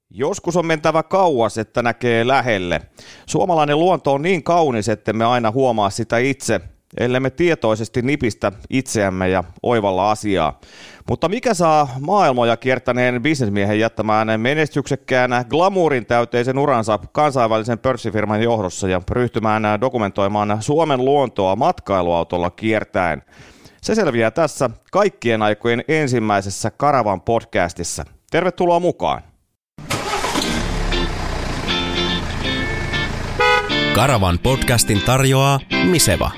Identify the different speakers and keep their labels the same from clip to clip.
Speaker 1: Joskus on mentävä kauas, että näkee lähelle. Suomalainen luonto on niin kaunis, että me aina huomaa sitä itse, ellei me tietoisesti nipistä itseämme ja oivalla asiaa. Mutta mikä saa maailmoja kiertäneen bisnesmiehen jättämään menestyksekkään glamourin täyteisen uransa kansainvälisen pörssifirman johdossa ja ryhtymään dokumentoimaan Suomen luontoa matkailuautolla kiertäen? Se selviää tässä kaikkien aikojen ensimmäisessä Karavan podcastissa. Tervetuloa mukaan!
Speaker 2: Karavan podcastin tarjoaa Miseva.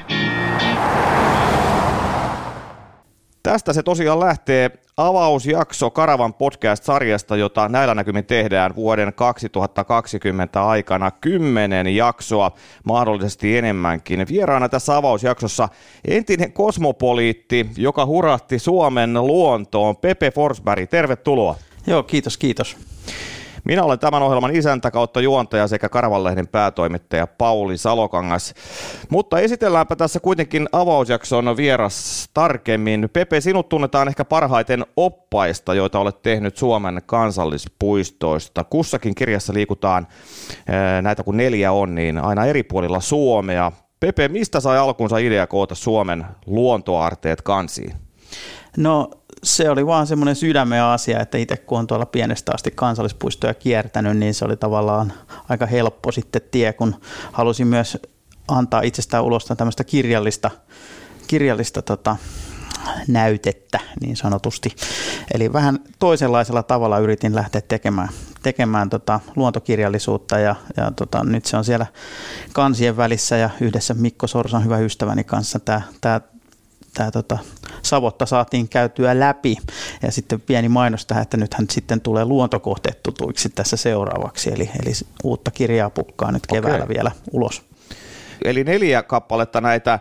Speaker 1: Tästä se tosiaan lähtee avausjakso Karavan podcast-sarjasta, jota näillä näkymin tehdään vuoden 2020 aikana 10 jaksoa, mahdollisesti enemmänkin. Vieraana tässä avausjaksossa entinen kosmopoliitti, joka hurahti Suomen luontoon, Pepe Forsberg. Tervetuloa.
Speaker 3: Joo, kiitos.
Speaker 1: Minä olen tämän ohjelman isäntä kautta juontaja sekä Karavan-lehden päätoimittaja Pauli Salokangas. Mutta esitelläänpä tässä kuitenkin avausjakson vieras tarkemmin. Pepe, sinut tunnetaan ehkä parhaiten oppaista, joita olet tehnyt Suomen kansallispuistoista. Kussakin kirjassa liikutaan, näitä kun 4 on, niin aina eri puolilla Suomea. Pepe, mistä sai alkunsa idea koota Suomen luontoarteet kansiin?
Speaker 3: No se oli vaan semmoinen sydämen asia, että itse kun on tuolla pienestä asti kansallispuistoja kiertänyt, niin se oli tavallaan aika helppo sitten tie, kun halusin myös antaa itsestään ulos tämmöistä kirjallista näytettä niin sanotusti. Eli vähän toisenlaisella tavalla yritin lähteä tekemään luontokirjallisuutta ja nyt se on siellä kansien välissä ja yhdessä Mikko Sorsan hyvä ystäväni kanssa tämä Savotta saatiin käytyä läpi ja sitten pieni mainos tähän, että nythän sitten tulee luontokohteet tutuiksi tässä seuraavaksi, eli uutta kirjaa pukkaa nyt keväällä vielä ulos.
Speaker 1: Eli 4 kappaletta näitä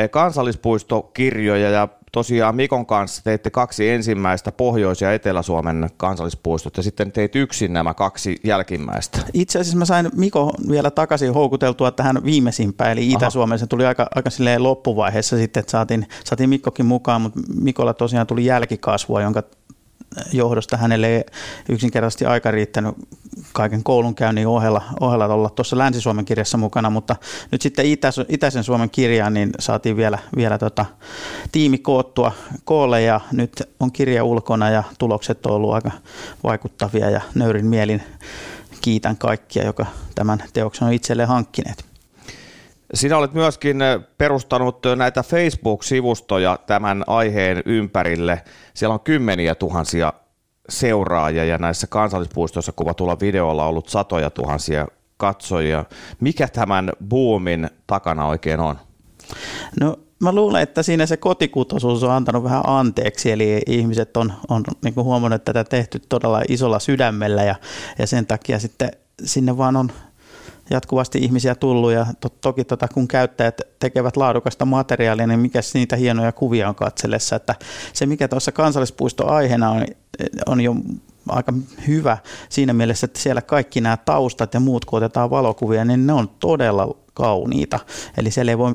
Speaker 1: kansallispuistokirjoja ja tosiaan Mikon kanssa teitte 2 ensimmäistä Pohjois- ja Etelä-Suomen kansallispuistot ja sitten teit yksin nämä 2 jälkimmäistä. Itse
Speaker 3: asiassa mä sain Miko vielä takaisin houkuteltua tähän viimeisimpään, eli Itä-Suomeen. Se tuli aika silleen loppuvaiheessa sitten, että saatiin Mikkokin mukaan, mutta Mikolla tosiaan tuli jälkikasvua, jonka johdosta hänelle ei yksinkertaisesti aika riittänyt kaiken koulunkäynnin ohella olla tuossa Länsi-Suomen kirjassa mukana, mutta nyt sitten Itäisen Suomen kirjaan niin saatiin vielä tiimi koottua koolle ja nyt on kirja ulkona ja tulokset on ollut aika vaikuttavia ja nöyrin mielin kiitän kaikkia, joka tämän teoksen on itselleen hankkineet.
Speaker 1: Sinä olet myöskin perustanut näitä Facebook-sivustoja tämän aiheen ympärille. Siellä on 10 000 seuraajia ja näissä kansallispuistoissa kuvatulla videolla on ollut 100 000 katsojia. Mikä tämän boomin takana oikein on?
Speaker 3: No mä luulen, että siinä se kotikutoisuus on antanut vähän anteeksi, eli ihmiset on niin kuin huomannut, että tätä tehty todella isolla sydämellä ja sen takia sitten sinne vaan on jatkuvasti ihmisiä tullut ja toki kun käyttäjät tekevät laadukasta materiaalia, niin mikä niitä hienoja kuvia on katsellessa, että se mikä tuossa kansallispuistoaiheena on jo aika hyvä siinä mielessä, että siellä kaikki nämä taustat ja muut, kun otetaan valokuvia, niin ne on todella kauniita, eli siellä ei voi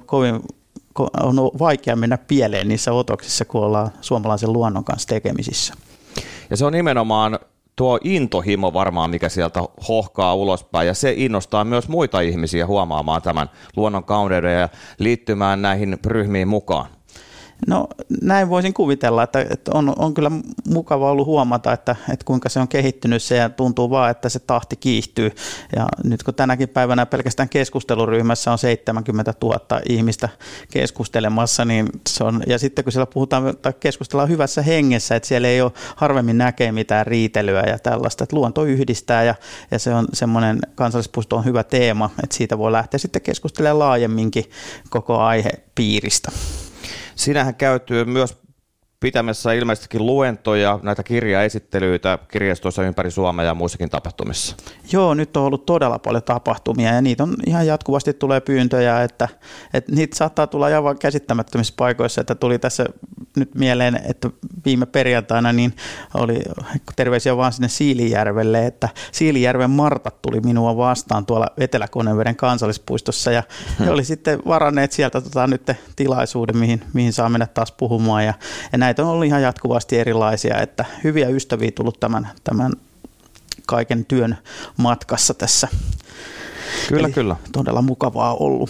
Speaker 3: on vaikea mennä pieleen niissä otoksissa, kun ollaan suomalaisen luonnon kanssa tekemisissä.
Speaker 1: Ja se on nimenomaan tuo intohimo varmaan, mikä sieltä hohkaa ulospäin, ja se innostaa myös muita ihmisiä huomaamaan tämän luonnon kauneuden ja liittymään näihin ryhmiin mukaan.
Speaker 3: No näin voisin kuvitella, että on kyllä mukava ollut huomata, että kuinka se on kehittynyt se ja tuntuu vaan, että se tahti kiihtyy. Ja nyt kun tänäkin päivänä pelkästään keskusteluryhmässä on 70 000 ihmistä keskustelemassa, niin se on, ja sitten kun siellä keskustellaan hyvässä hengessä, että siellä ei ole harvemmin näkee mitään riitelyä ja tällaista, että luonto yhdistää ja se on semmoinen, kansallispuisto on hyvä teema, että siitä voi lähteä sitten keskustelemaan laajemminkin koko aihepiiristä.
Speaker 1: Sinähän käytyy myös pitämässä ilmeisestikin luentoja, näitä kirjaesittelyitä kirjastoissa ympäri Suomea ja muissakin tapahtumissa.
Speaker 3: Joo, nyt on ollut todella paljon tapahtumia ja niitä on ihan jatkuvasti tulee pyyntöjä, että niitä saattaa tulla aivan käsittämättömissä paikoissa, että tuli tässä nyt mieleen, että viime perjantaina niin oli terveisiä vaan sinne Siilijärvelle, että Siilijärven Martat tuli minua vastaan tuolla Etelä-Konneveden kansallispuistossa ja he oli sitten varanneet sieltä nyt tilaisuuden, mihin saa mennä taas puhumaan ja näitä on ollut ihan jatkuvasti erilaisia, että hyviä ystäviä tullut tämän kaiken työn matkassa tässä.
Speaker 1: Kyllä,
Speaker 3: Eli
Speaker 1: kyllä.
Speaker 3: Todella mukavaa ollut.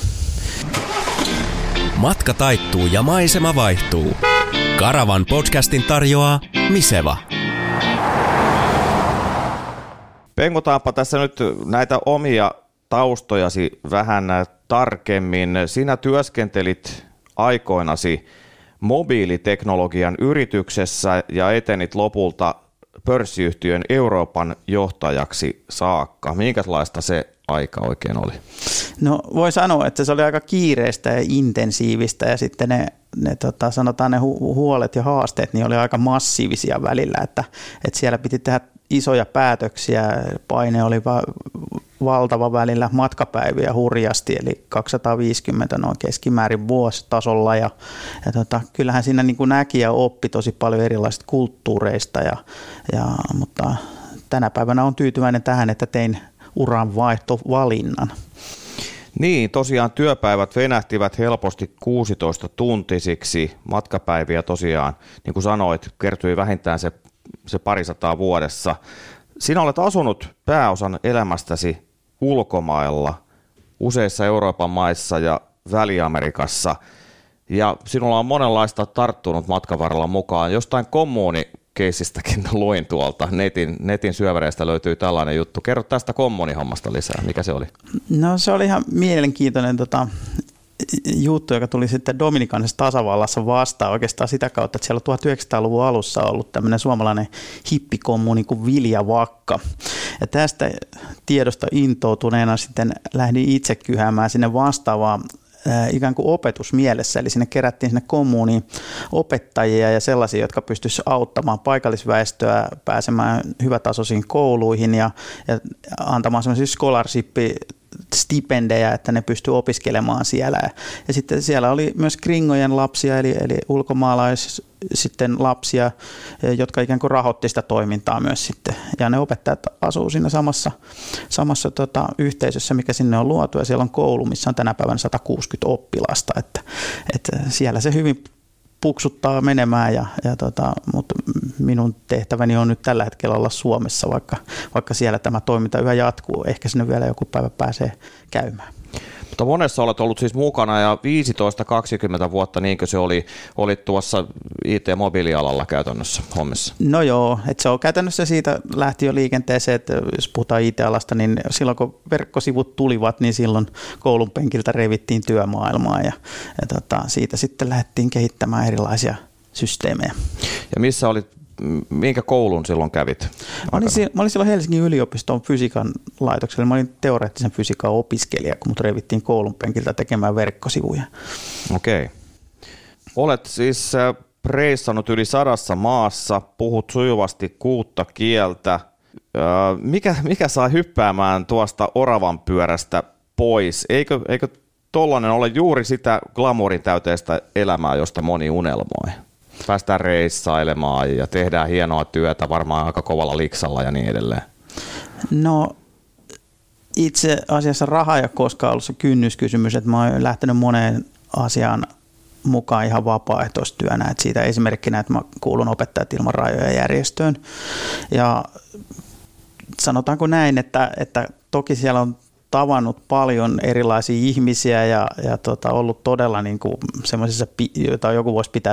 Speaker 2: Matka taittuu ja maisema vaihtuu. Karavan podcastin tarjoaa Miseva.
Speaker 1: Pengotaanpa tässä nyt näitä omia taustojasi vähän tarkemmin. Sinä työskentelit aikoinasi mobiiliteknologian yrityksessä ja etenit lopulta pörssiyhtiön Euroopan johtajaksi saakka. Minkälaista se aika oikein oli?
Speaker 3: No voi sanoa, että se oli aika kiireistä ja intensiivistä ja sitten sanotaan ne huolet ja haasteet niin oli aika massiivisia välillä, että siellä piti tehdä isoja päätöksiä, paine oli valtava välillä, matkapäiviä hurjasti, eli 250 noin keskimäärin vuositasolla ja kyllähän siinä niin kuin näki ja oppi tosi paljon erilaisista kulttuureista, mutta tänä päivänä on tyytyväinen tähän, että tein uranvaihtovalinnan.
Speaker 1: Niin, tosiaan työpäivät venähtivät helposti 16-tuntisiksi, matkapäiviä tosiaan, niin kuin sanoit, kertyi vähintään se parisataa vuodessa. Sinä olet asunut pääosan elämästäsi ulkomailla, useissa Euroopan maissa ja Väli-Amerikassa, ja sinulla on monenlaista tarttunut matkan varrella mukaan. Jostain kommunikeissistäkin luin tuolta, netin syövereistä löytyy tällainen juttu. Kerro tästä kommunihommasta lisää, mikä se oli?
Speaker 3: No se oli ihan mielenkiintoinen juttu, joka tuli sitten Dominikanisessa tasavallassa vastaan oikeastaan sitä kautta, että siellä on 1900-luvun alussa ollut tämmöinen suomalainen hippikommuuni kuin Viljavakka. Ja tästä tiedosta intoutuneena sitten lähdin itse kyhäämään sinne vastaavaan ikään kuin opetusmielessä, eli sinne kerättiin sinne kommuuniin opettajia ja sellaisia, jotka pystyisivät auttamaan paikallisväestöä pääsemään hyvätasoisiin kouluihin ja antamaan semmoisia scholarship-stipendejä, että ne pystyy opiskelemaan siellä. Ja sitten siellä oli myös gringojen lapsia, eli sitten lapsia, jotka ikään kuin rahoitti sitä toimintaa myös sitten. Ja ne opettajat asuu siinä samassa yhteisössä, mikä sinne on luotu, ja siellä on koulu, missä on tänä päivänä 160 oppilasta, että siellä se hyvin puksuttaa menemään, mutta minun tehtäväni on nyt tällä hetkellä olla Suomessa, vaikka siellä tämä toiminta yhä jatkuu. Ehkä sinne vielä joku päivä pääsee käymään.
Speaker 1: Mutta monessa olet ollut siis mukana ja 15-20 vuotta, niinkö se oli tuossa IT-mobiilialalla käytännössä hommissa?
Speaker 3: No joo, että se on käytännössä siitä lähti jo liikenteeseen, että jos puhutaan IT-alasta, niin silloin kun verkkosivut tulivat, niin silloin koulun penkiltä revittiin työmaailmaa ja siitä sitten lähdettiin kehittämään erilaisia systeemejä. Ja
Speaker 1: minkä koulun silloin kävit?
Speaker 3: Mä olin silloin Helsingin yliopiston fysiikan laitoksella. Mä olin teoreettisen fysiikan opiskelija, kun mut revittiin koulun penkiltä tekemään verkkosivuja.
Speaker 1: Okei. Olet siis reissannut yli 100 maassa, puhut sujuvasti 6 kieltä. Mikä saa hyppäämään tuosta oravan pyörästä pois? Eikö tollainen ole juuri sitä glamourin täyteistä elämää, josta moni unelmoi? Päästään reissailemaan ja tehdään hienoa työtä, varmaan aika kovalla liksalla ja niin edelleen.
Speaker 3: No itse asiassa raha ei ole koskaan ollut se kynnyskysymys, että mä oon lähtenyt moneen asiaan mukaan ihan vapaaehtoistyönä. Että siitä esimerkkinä, että mä kuulun Opettajat ilman rajoja järjestöön. Ja sanotaanko näin, että toki siellä on tavannut paljon erilaisia ihmisiä ja ollut todella niin kuin semmoisissa, joita joku voisi pitää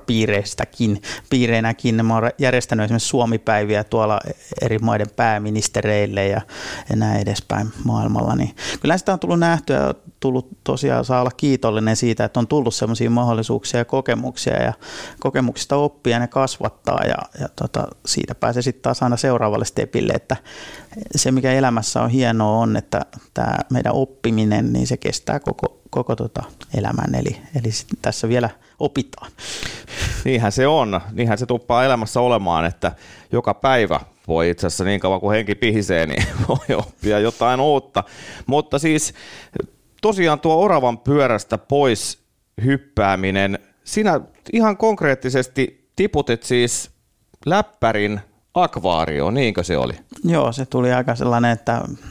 Speaker 3: seurapiireinäkin. Mä oon järjestänyt esimerkiksi Suomi-päiviä tuolla eri maiden pääministereille ja näin edespäin maailmalla. Niin kyllä sitä on tullut nähtyä ja tosiaan saa olla kiitollinen siitä, että on tullut semmoisia mahdollisuuksia ja kokemuksia ja kokemuksista oppia ja ne kasvattaa ja siitä pääsee sitten taas aina seuraavalle stepille, että se mikä elämässä on hienoa on, että tämä meidän oppiminen, niin se kestää koko elämän, eli tässä vielä opitaan.
Speaker 1: Niinhän se on, niinhän se tuppaa elämässä olemaan, että joka päivä voi itse asiassa niin kauan kuin henki pihisee, niin voi oppia jotain uutta, mutta siis tosiaan tuo oravan pyörästä pois hyppääminen, sinä ihan konkreettisesti tiputit siis läppärin akvaarioon, niinkö se oli?
Speaker 3: Joo, se tuli aika sellainen, että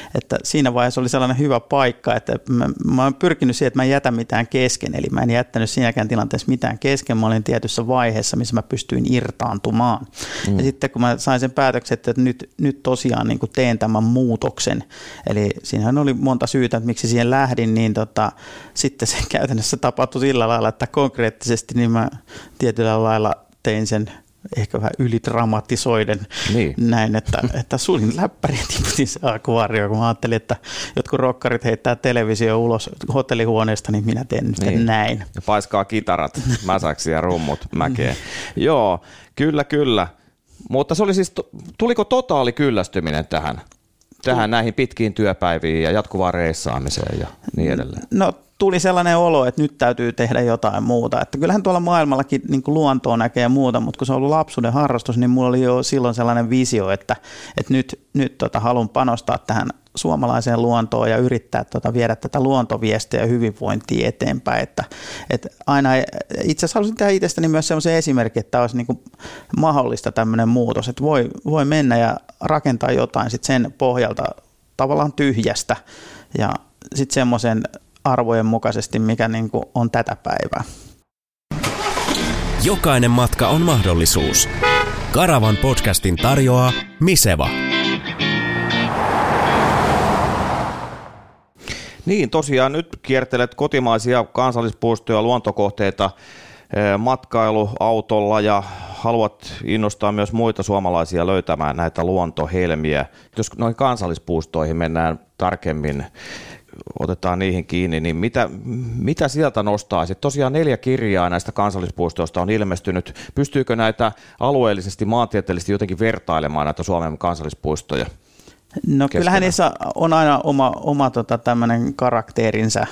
Speaker 3: että siinä vaiheessa oli sellainen hyvä paikka, että mä oon pyrkinyt siihen, että mä en jätä mitään kesken, eli mä en jättänyt siinäkään tilanteessa mitään kesken, mä olin tietyssä vaiheessa, missä mä pystyin irtaantumaan. Ja sitten kun mä sain sen päätöksen, että nyt tosiaan niin kuin teen tämän muutoksen, eli siinähän oli monta syytä, että miksi siihen lähdin, niin sitten se käytännössä tapahtui sillä lailla, että konkreettisesti niin mä tietyllä lailla tein sen ehkä vähän ylidramatisoiden näin, että sulin läppärin ja tiputin se akvaarioon, kun mä ajattelin, että jotkut rokkarit heittää televisio ulos hotellihuoneesta, niin minä teen nyt näin.
Speaker 1: Ja paiskaa kitarat mäsäksi ja rummut mäkeen. Joo, kyllä. Mutta se oli siis, tuliko totaali kyllästyminen tähän näihin pitkiin työpäiviin ja jatkuvaan reissaamiseen ja niin edelleen?
Speaker 3: No tuli sellainen olo, että nyt täytyy tehdä jotain muuta. Että kyllähän tuolla maailmallakin niin kuin luontoa näkee ja muuta, mutta kun se on ollut lapsuuden harrastus, niin mulla oli jo silloin sellainen visio, että nyt haluan panostaa tähän suomalaiseen luontoon ja yrittää viedä tätä luontoviestiä ja hyvinvointia eteenpäin. Että aina itse asiassa halusin tehdä itsestäni myös sellaisen esimerkin, että olisi niin kuin mahdollista tämmöinen muutos, että voi mennä ja rakentaa jotain sit sen pohjalta tavallaan tyhjästä ja sitten semmoisen arvojen mukaisesti, mikä niin kuin on tätä päivää.
Speaker 2: Jokainen matka on mahdollisuus. Karavan podcastin tarjoaa Miseva.
Speaker 1: Niin, tosiaan nyt kiertelet kotimaisia kansallispuistoja, luontokohteita matkailuautolla ja haluat innostaa myös muita suomalaisia löytämään näitä luontohelmiä. Jos noihin kansallispuistoihin mennään tarkemmin, otetaan niihin kiinni, niin mitä sieltä nostaisit? Tosiaan 4 kirjaa näistä kansallispuistoista on ilmestynyt. Pystyykö näitä alueellisesti, maantieteellisesti jotenkin vertailemaan näitä Suomen kansallispuistoja?
Speaker 3: No keskenään? Kyllähän niissä on aina oma tämmöinen karakteerinsa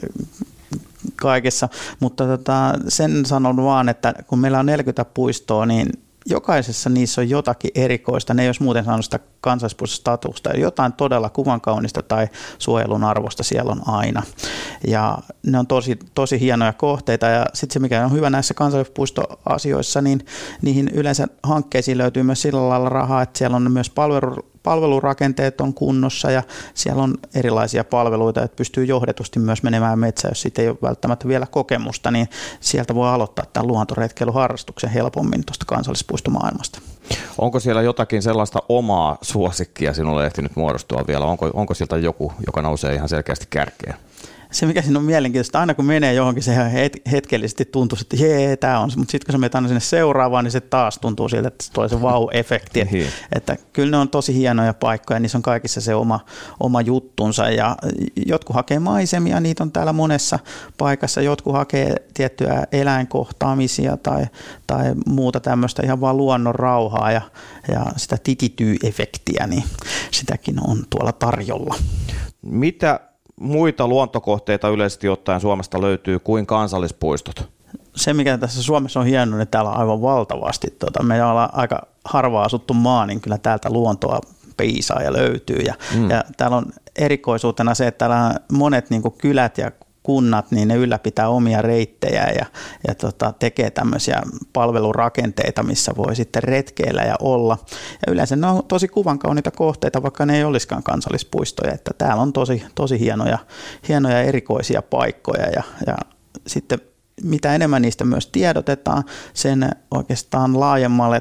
Speaker 3: kaikessa, mutta sen sanon vaan, että kun meillä on 40 puistoa, niin jokaisessa niissä on jotakin erikoista. Ne ei olisi muuten saanut sitä kansallispuistostatusta. Jotain todella kuvankaunista tai suojelun arvosta siellä on aina. Ja ne on tosi hienoja kohteita. Ja sitten se, mikä on hyvä näissä kansallispuistoasioissa, niin niihin yleensä hankkeisiin löytyy myös sillä lailla rahaa, että siellä on myös palvelurakenteet on kunnossa ja siellä on erilaisia palveluita, että pystyy johdetusti myös menemään metsään, jos siitä ei ole välttämättä vielä kokemusta, niin sieltä voi aloittaa tämän luontoretkeilyharrastuksen helpommin tuosta kansallispuistomaailmasta. Onko siellä jotakin sellaista omaa suosikkia sinulle ehtinyt muodostua vielä? Onko sieltä joku, joka nousee ihan selkeästi kärkeen? Se, mikä siinä on mielenkiintoista, aina kun menee johonkin, se hetkellisesti tuntuu, että jee, tämä on se, mutta sitten kun sä menet aina sinne seuraavaan, niin se taas tuntuu siltä, että tulee se vau-efekti. Että kyllä ne on tosi hienoja paikkoja, niissä on kaikissa se oma juttunsa ja jotkut hakee maisemia, niitä on täällä monessa paikassa, jotkut hakee tiettyjä eläinkohtaamisia tai muuta tämmöistä ihan vaan luonnon rauhaa ja sitä titityy-efektiä, niin sitäkin on tuolla tarjolla. Mitä muita luontokohteita yleisesti ottaen Suomesta löytyy kuin kansallispuistot? Se, mikä tässä Suomessa on hienoa, niin täällä on aivan valtavasti. Me ollaan aika harvaa asuttu maa, niin kyllä täältä luontoa piisaa ja löytyy. Ja täällä on erikoisuutena se, että täällä monet niin kuin kylät ja kunnat, niin ne ylläpitää omia reittejä ja tekee tämmöisiä palvelurakenteita, missä voi sitten retkeillä ja olla. Ja yleensä ne on tosi kuvankauniita kohteita, vaikka ne ei olisikaan kansallispuistoja. Että täällä on tosi hienoja erikoisia paikkoja ja sitten mitä enemmän niistä myös tiedotetaan, sen oikeastaan laajemmalle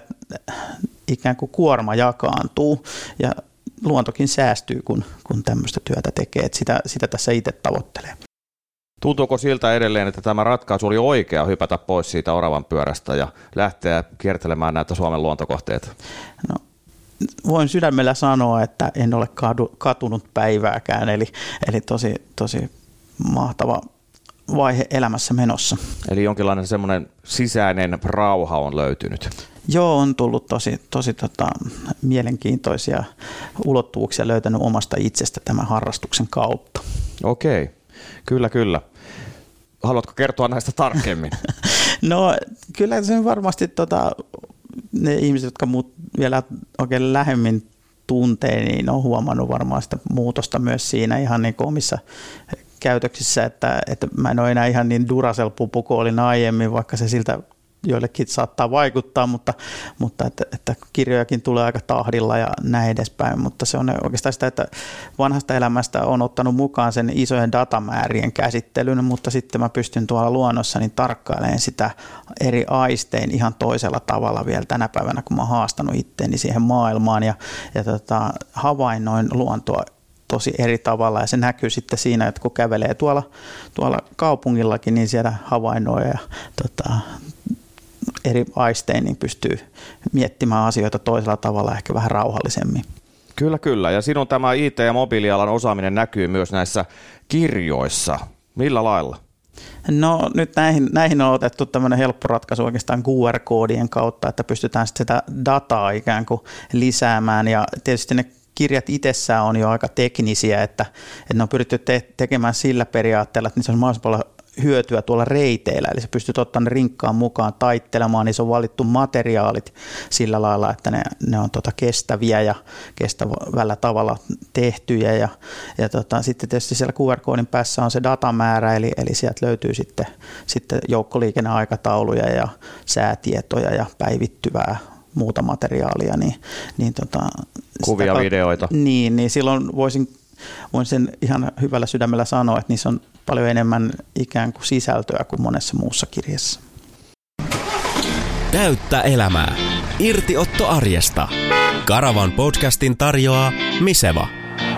Speaker 3: ikään kuin kuorma jakaantuu ja luontokin säästyy, kun tämmöistä työtä tekee. Että sitä tässä itse tavoittelee. Tuntuuko siltä edelleen, että tämä ratkaisu oli oikea hypätä pois siitä oravan pyörästä ja lähteä kiertelemään näitä Suomen luontokohteita? No, voin sydämellä sanoa, että en ole katunut päivääkään, eli tosi mahtava vaihe elämässä menossa. Eli jonkinlainen semmoinen sisäinen rauha on löytynyt? Joo, on tullut tosi mielenkiintoisia ulottuvuuksia löytänyt omasta itsestä tämän harrastuksen kautta. Okei. Kyllä. Haluatko kertoa näistä tarkemmin? No kyllä se varmasti ne ihmiset, jotka mut vielä oikein lähemmin tuntee, niin on huomannut varmaan sitä muutosta myös siinä ihan niin omissa käytöksissä, että mä en ole enää ihan niin Duracell-pupu kuin olin aiemmin, vaikka se siltä joillekin saattaa vaikuttaa, mutta että kirjojakin tulee aika tahdilla ja näin edespäin, mutta se on oikeastaan sitä, että vanhasta elämästä on ottanut mukaan sen isojen datamäärien käsittelyn, mutta sitten mä pystyn tuolla luonnossa niin tarkkailemaan sitä eri aistein ihan toisella tavalla vielä tänä päivänä, kun mä oon haastanut itteeni siihen maailmaan ja havainnoin luontoa tosi eri tavalla ja se näkyy sitten siinä, että kun kävelee tuolla kaupungillakin, niin siellä havainnoi ja eri aistein niin pystyy miettimään asioita toisella tavalla, ehkä vähän rauhallisemmin.
Speaker 1: Kyllä. Ja sinun tämä IT- ja mobiilialan osaaminen näkyy myös näissä kirjoissa. Millä lailla?
Speaker 3: No nyt näihin on otettu tämmöinen helppo ratkaisu oikeastaan QR-koodien kautta, että pystytään sitten sitä dataa ikään kuin lisäämään ja tietysti ne kirjat itsessään on jo aika teknisiä, että ne on pyritty tekemään sillä periaatteella, että niissä on mahdollisimman paljon hyötyä tuolla reiteillä, eli sä pystyt ottamaan ne rinkkaan mukaan taittelemaan, niin se on valittu materiaalit sillä lailla, että ne on kestäviä ja kestävällä tavalla tehtyjä ja sitten tietysti siellä QR-koodin päässä on se datamäärä, eli sieltä löytyy sitten joukkoliikenneaikatauluja ja säätietoja ja päivittyvää muuta materiaalia.
Speaker 1: Kuvia, videoita.
Speaker 3: Niin silloin voin sen ihan hyvällä sydämellä sanoa, että niissä on paljon enemmän ikään kuin sisältöä kuin monessa muussa kirjassa.
Speaker 2: Täyttä elämää. Irtiotto arjesta. Karavan podcastin tarjoaa Miseva.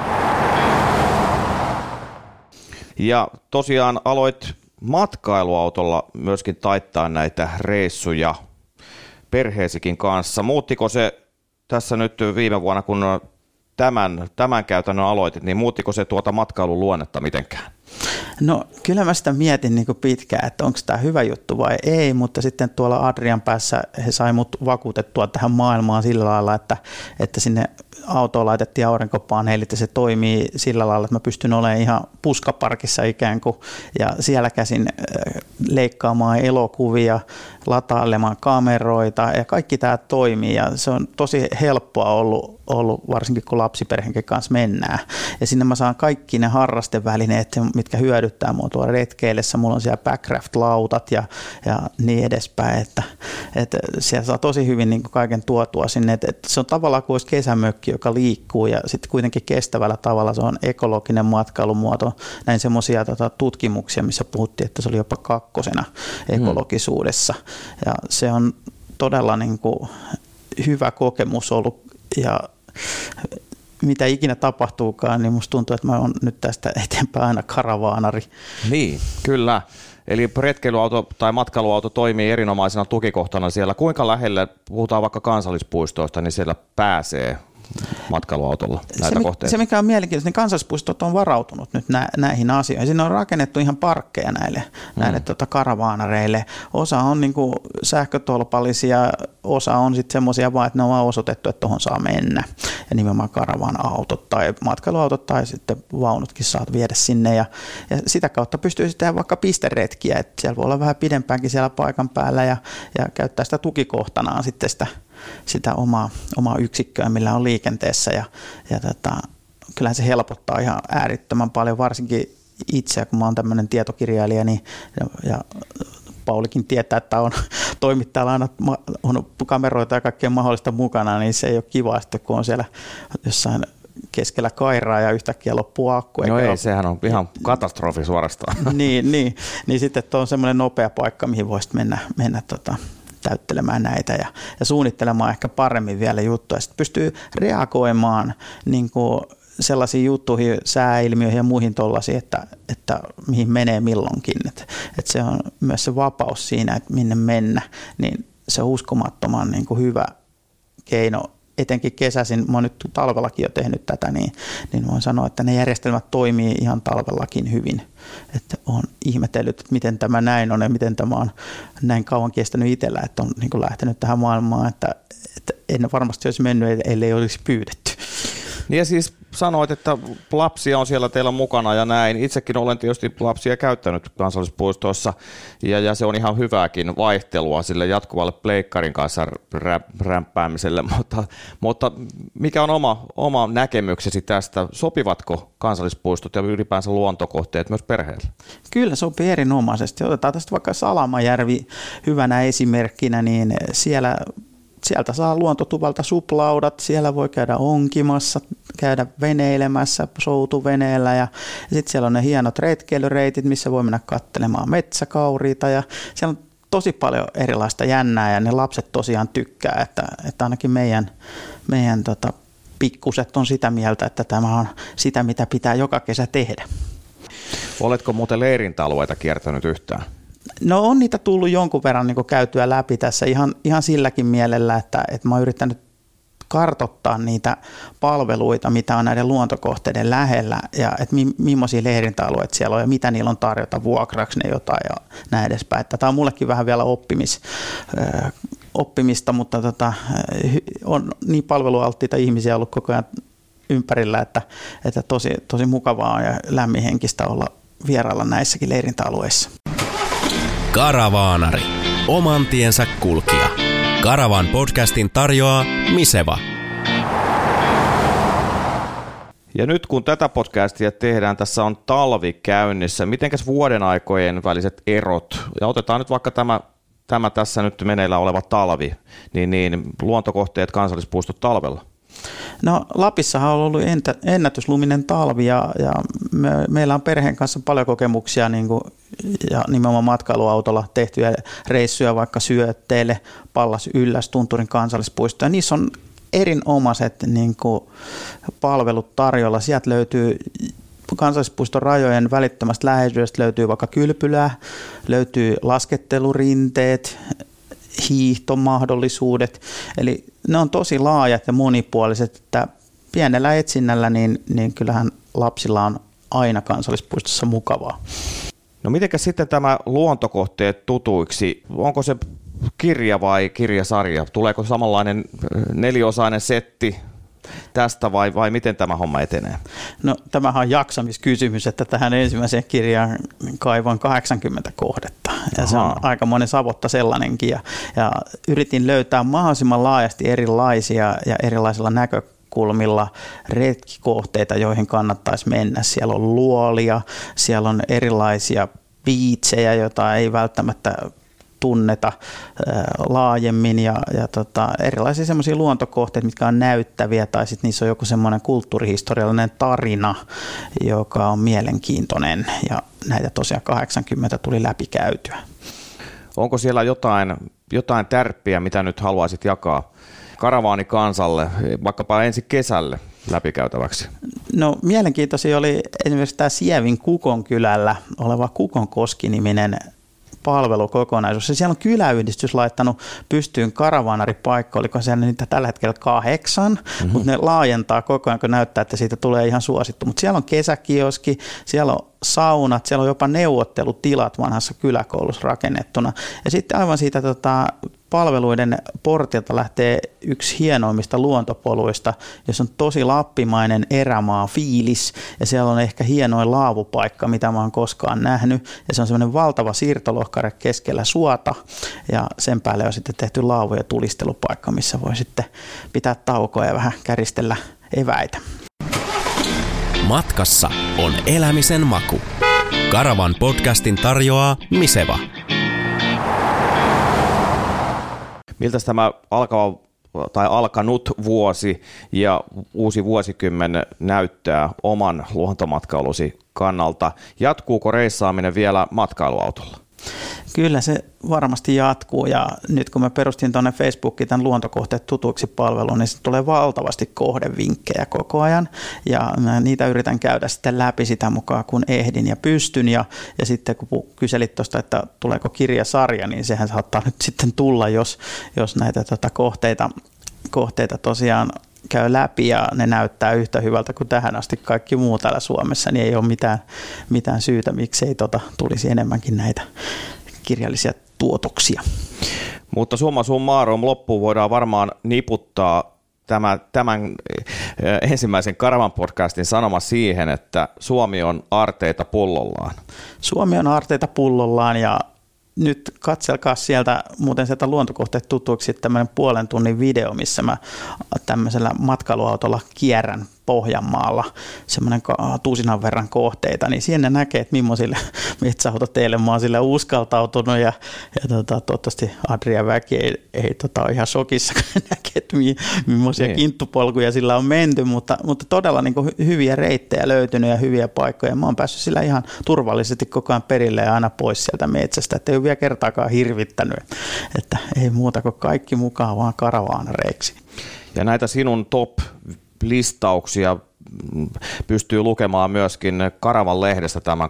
Speaker 1: Ja tosiaan aloit matkailuautolla myöskin taittaa näitä reissuja perheesikin kanssa. Muuttiko se tässä nyt viime vuonna, kun tämän käytännön aloitit, niin muuttiko se tuota matkailun luonnetta mitenkään?
Speaker 3: No kyllä mä sitä mietin niin kuin pitkään, että onko tämä hyvä juttu vai ei, mutta sitten tuolla Adrian päässä he sai mut vakuutettua tähän maailmaan sillä lailla, että sinne autoon laitettiin aurinkopaneelit ja se toimii sillä lailla, että mä pystyn olemaan ihan puskaparkissa ikään kuin ja siellä käsin leikkaamaan elokuvia, latailemaan kameroita ja kaikki tämä toimii ja se on tosi helppoa ollut varsinkin kun lapsiperheenkin kanssa mennään ja sinne mä saan kaikki ne harrastevälineet, mitkä hyödyttää mua tuolla retkeillessä. Mulla on siellä Backraft-lautat ja niin edespäin, että siellä saa tosi hyvin niin kuin kaiken tuotua sinne. Että se on tavallaan kuin olisi kesämökki, joka liikkuu ja sitten kuitenkin kestävällä tavalla se on ekologinen matkailumuoto. Näin semmoisia tutkimuksia, missä puhuttiin, että se oli jopa 2. ekologisuudessa. Ja se on todella niin kuin hyvä kokemus ollut ja mitä ikinä tapahtuukaan, niin musta tuntuu, että mä oon nyt tästä eteenpäin aina karavaanari.
Speaker 1: Niin, kyllä. Eli retkeilyauto tai matkailuauto toimii erinomaisena tukikohtana siellä. Kuinka lähelle, puhutaan vaikka kansallispuistoista, niin siellä pääsee matkailuautolla näitä kohteita?
Speaker 3: Se mikä on mielenkiintoista, niin kansallispuistot on varautunut nyt näihin asioihin. Siinä on rakennettu ihan parkkeja näille karavaanareille. Osa on niin kuin sähkötolpallisia, osa on sitten semmoisia vaan, että ne on vaan osoitettu, että tuohon saa mennä. Ja nimenomaan karavaana-autot tai matkailuautot tai sitten vaunutkin saat viedä sinne. Ja sitä kautta pystyy sitten vaikka pisteretkiä, että siellä voi olla vähän pidempäänkin siellä paikan päällä ja käyttää sitä tukikohtanaan sitten sitä omaa yksikköä, millä on liikenteessä ja kyllähän se helpottaa ihan äärettömän paljon, varsinkin itseä, kun mä oon tämmöinen tietokirjailija, niin, ja Paulikin tietää, että on toimittajalla aina on kameroita ja kaikkea mahdollista mukana, niin se ei ole kiva, että kun on siellä jossain keskellä Kairaa ja yhtäkkiä loppuu akku.
Speaker 1: No ei, sehän on ihan katastrofi suorastaan.
Speaker 3: niin sitten on semmoinen nopea paikka, mihin voisit mennä täyttelemään näitä ja suunnittelemaan ehkä paremmin vielä juttuja. Sitten pystyy reagoimaan niin kuin sellaisiin juttuihin, sääilmiöihin ja muihin tollaisiin, että mihin menee milloinkin. Että se on myös se vapaus siinä, että minne mennä, niin se on uskomattoman niin kuin hyvä keino. Etenkin kesäisin, mä oon nyt talvellakin jo tehnyt tätä, niin voin sanoa, että ne järjestelmät toimii ihan talvellakin hyvin. Että olen ihmetellyt, että miten tämä näin on ja miten tämä on näin kauan kestänyt itsellä, että on niin kuin lähtenyt tähän maailmaan, että en varmasti olisi mennyt, ellei olisi pyydetty.
Speaker 1: Ja siis sanoit, että lapsia on siellä teillä mukana ja näin. Itsekin olen tietysti lapsia käyttänyt kansallispuistoissa ja se on ihan hyvääkin vaihtelua sille jatkuvalle pleikkarin kanssa rämpäämiselle, mutta mikä on oma näkemyksesi tästä? Sopivatko kansallispuistot ja ylipäänsä luontokohteet myös perheelle?
Speaker 3: Kyllä sopii erinomaisesti. Otetaan tästä vaikka Salamajärvi hyvänä esimerkkinä, niin sieltä saa luontotuvalta suplaudat, siellä voi käydä onkimassa, käydä veneilemässä, soutuveneellä ja sitten siellä on ne hienot retkeilyreitit, missä voi mennä katselemaan metsäkauriita ja siellä on tosi paljon erilaista jännää ja ne lapset tosiaan tykkää, että ainakin meidän pikkuset on sitä mieltä, että tämä on sitä, mitä pitää joka kesä tehdä.
Speaker 1: Oletko muuten leirintäalueita kiertänyt yhtään?
Speaker 3: No on niitä tullut jonkun verran niin käytyä läpi tässä ihan silläkin mielellä, että mä oon yrittänyt kartoittaa niitä palveluita, mitä on näiden luontokohteiden lähellä ja että millaisia leirintäalueita siellä on ja mitä niillä on tarjota, vuokraksi ne jotain ja näin edespäin. Tämä on mullekin vähän vielä oppimista, mutta on niin palvelualttiita ihmisiä ollut koko ajan ympärillä, että tosi mukavaa ja lämminhenkistä olla vierailla näissäkin leirintäalueissa.
Speaker 2: Karavaanari. Oman tiensä kulkija. Karavan podcastin tarjoaa Miseva.
Speaker 1: Ja nyt kun tätä podcastia tehdään, tässä on talvi käynnissä. Mitenkäs vuoden aikojen väliset erot? Ja otetaan nyt vaikka tämä tässä nyt meneillä oleva talvi, niin luontokohteet, kansallispuistot talvella.
Speaker 3: No Lapissahan on ollut ennätysluminen talvi ja meillä on perheen kanssa paljon kokemuksia niin kuin, ja nimenomaan matkailuautolla tehtyjä reissuja vaikka Syötteelle, Pallas Ylläs, Tunturin kansallispuisto ja niissä on erinomaiset niin kuin, palvelut tarjolla. Sieltä löytyy kansallispuiston rajojen välittömästä läheisyydestä löytyy vaikka kylpylää, löytyy laskettelurinteet, hiihtomahdollisuudet, eli ne on tosi laajat ja monipuoliset, että pienellä etsinnällä niin kyllähän lapsilla on aina kansallispuistossa mukavaa.
Speaker 1: No mitenkäs sitten tämä luontokohteet tutuiksi, onko se kirja vai kirjasarja, tuleeko samanlainen 4-osainen setti tästä vai miten tämä homma etenee?
Speaker 3: No tämähän on jaksamiskysymys, että tähän ensimmäiseen kirjaan kaivan 80 kohdetta ja se on aikamoinen savotta sellainenkin ja yritin löytää mahdollisimman laajasti erilaisia ja erilaisilla näkökulmilla retkikohteita, joihin kannattaisi mennä. Siellä on luolia, siellä on erilaisia biitsejä, joita ei välttämättä tunneta laajemmin ja erilaisia semmoisia luontokohteita, mitkä on näyttäviä tai sitten niissä on joku semmoinen kulttuurihistoriallinen tarina, joka on mielenkiintoinen ja näitä tosiaan 80 tuli läpikäytyä.
Speaker 1: Onko siellä jotain tärppiä, mitä nyt haluaisit jakaa karavaanikansalle, vaikkapa ensi kesälle läpikäytäväksi? No
Speaker 3: mielenkiintoisia oli esimerkiksi tämä Sievin Kukonkylällä oleva Kukonkoski-niminen palvelukokonaisuus. Siellä on kyläyhdistys laittanut pystyyn karavaanaripaikka, oliko siellä niitä tällä hetkellä 8, mutta ne laajentaa koko ajan, kun näyttää, että siitä tulee ihan suosittu. Mutta siellä on kesäkioski, siellä on saunat, siellä on jopa neuvottelutilat vanhassa kyläkoulussa rakennettuna. Ja sitten aivan siitä palveluiden portilta lähtee yksi hienoimmista luontopoluista, jossa on tosi lappimainen erämaa fiilis ja siellä on ehkä hienoin laavupaikka, mitä mä oon koskaan nähnyt ja se on semmoinen valtava siirtolohkare keskellä suota ja sen päälle on sitten tehty laavu- ja tulistelupaikka, missä voi sitten pitää taukoa ja vähän käristellä eväitä.
Speaker 2: Matkassa on elämisen maku. Karavan podcastin tarjoaa Miseva.
Speaker 1: Miltä tämä alkanut vuosi ja uusi vuosikymmen näyttää oman luontomatkailusi kannalta? Jatkuuko reissaaminen vielä matkailuautolla?
Speaker 3: Kyllä se varmasti jatkuu ja nyt kun mä perustin tuonne Facebookiin tämän luontokohteet tutuiksi -palveluun, niin tulee valtavasti kohdevinkkejä koko ajan ja mä niitä yritän käydä sitten läpi sitä mukaan kun ehdin ja pystyn ja sitten kun kyselit tuosta, että tuleeko kirjasarja, niin sehän saattaa nyt sitten tulla, jos näitä kohteita tosiaan käy läpi ja ne näyttää yhtä hyvältä kuin tähän asti kaikki muu täällä Suomessa, niin ei ole mitään syytä, miksei tulisi enemmänkin näitä kirjallisia tuotoksia.
Speaker 1: Mutta summa summarum loppuun voidaan varmaan niputtaa tämän ensimmäisen Karavan podcastin sanoma siihen, että Suomi on aarteita pullollaan?
Speaker 3: Suomi on aarteita pullollaan ja nyt katselkaa sieltä luontokohteet tutuiksi tämmöinen 0,5 tunnin video, missä mä tämmöisellä matkailuautolla kierrän Pohjanmaalla semmoinen tuusinan verran kohteita, niin siinä näkee, että millaisille metsäautoteille mä oon sille uskaltautunut ja toivottavasti Adri ja Väki ei ole ihan shokissa, kun näkee, että millaisia kinttupolkuja sillä on menty, mutta todella niin kuin hyviä reittejä löytynyt ja hyviä paikkoja. Mä oon päässyt sillä ihan turvallisesti koko ajan perille ja aina pois sieltä metsästä, että ei ole vielä kertaakaan hirvittänyt, että ei muuta kuin kaikki mukaan vaan karavaanareiksi.
Speaker 1: Ja näitä sinun top-listauksia pystyy lukemaan myöskin Karavan lehdestä tämän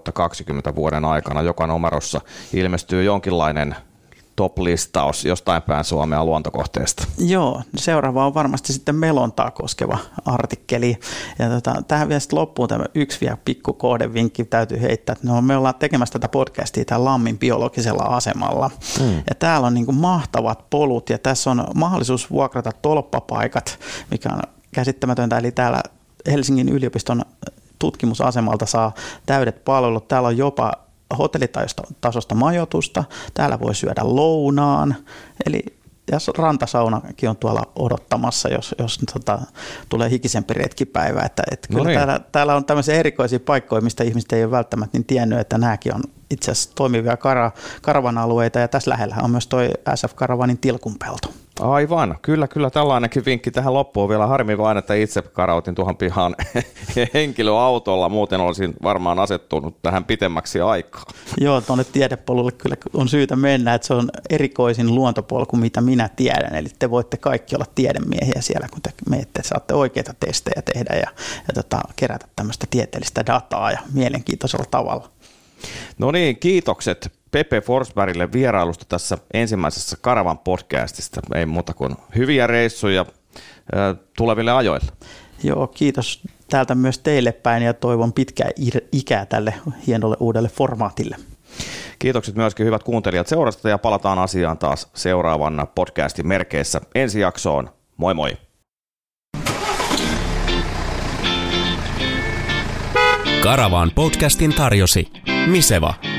Speaker 1: 2020 vuoden aikana. Joka numerossa ilmestyy jonkinlainen top-listaus jostain päin Suomea luontokohteesta.
Speaker 3: Joo, seuraava on varmasti sitten melontaa koskeva artikkeli. Ja tähän vielä sitten loppuun tämä yksi vielä pikku kohdevinkki täytyy heittää. Että me ollaan tekemässä tätä podcastia täällä Lammin biologisella asemalla. Ja täällä on niin kuin mahtavat polut ja tässä on mahdollisuus vuokrata tolppapaikat, mikä on käsittämätöntä. Eli täällä Helsingin yliopiston tutkimusasemalta saa täydet palvelut. Täällä on jopa hotellitasosta majoitusta, täällä voi syödä lounaan, eli rantasaunakin on tuolla odottamassa, jos tulee hikisempi retkipäivä. Että kyllä täällä on tämmöisiä erikoisia paikkoja, mistä ihmiset ei ole välttämättä niin tiennyt, että nämäkin on itse asiassa toimivia karavan-alueita, ja tässä lähellä on myös toi SF Karavanin Tilkunpelto.
Speaker 1: Aivan, kyllä tällainenkin vinkki tähän loppuun vielä. Harmi vain, että itse karautin tuohon pihaan henkilöautolla, muuten olisin varmaan asettunut tähän pitemmäksi aikaa.
Speaker 3: Joo, tuonne tiedepolulle kyllä on syytä mennä, että se on erikoisin luontopolku, mitä minä tiedän, eli te voitte kaikki olla tiedemiehiä siellä, kun te menette, saatte oikeita testejä tehdä ja kerätä tämmöistä tieteellistä dataa ja mielenkiintoisella tavalla.
Speaker 1: No niin, kiitokset Pepe Forsbergille vierailusta tässä ensimmäisessä Karavan podcastista. Ei muuta kuin hyviä reissuja tuleville ajoille.
Speaker 3: Joo, kiitos täältä myös teille päin ja toivon pitkää ikää tälle hienolle uudelle formaatille.
Speaker 1: Kiitokset myöskin hyvät kuuntelijat seurasta ja palataan asiaan taas seuraavan podcastin merkeissä ensi jaksoon. Moi moi!
Speaker 2: Karavan podcastin tarjosi Miseva.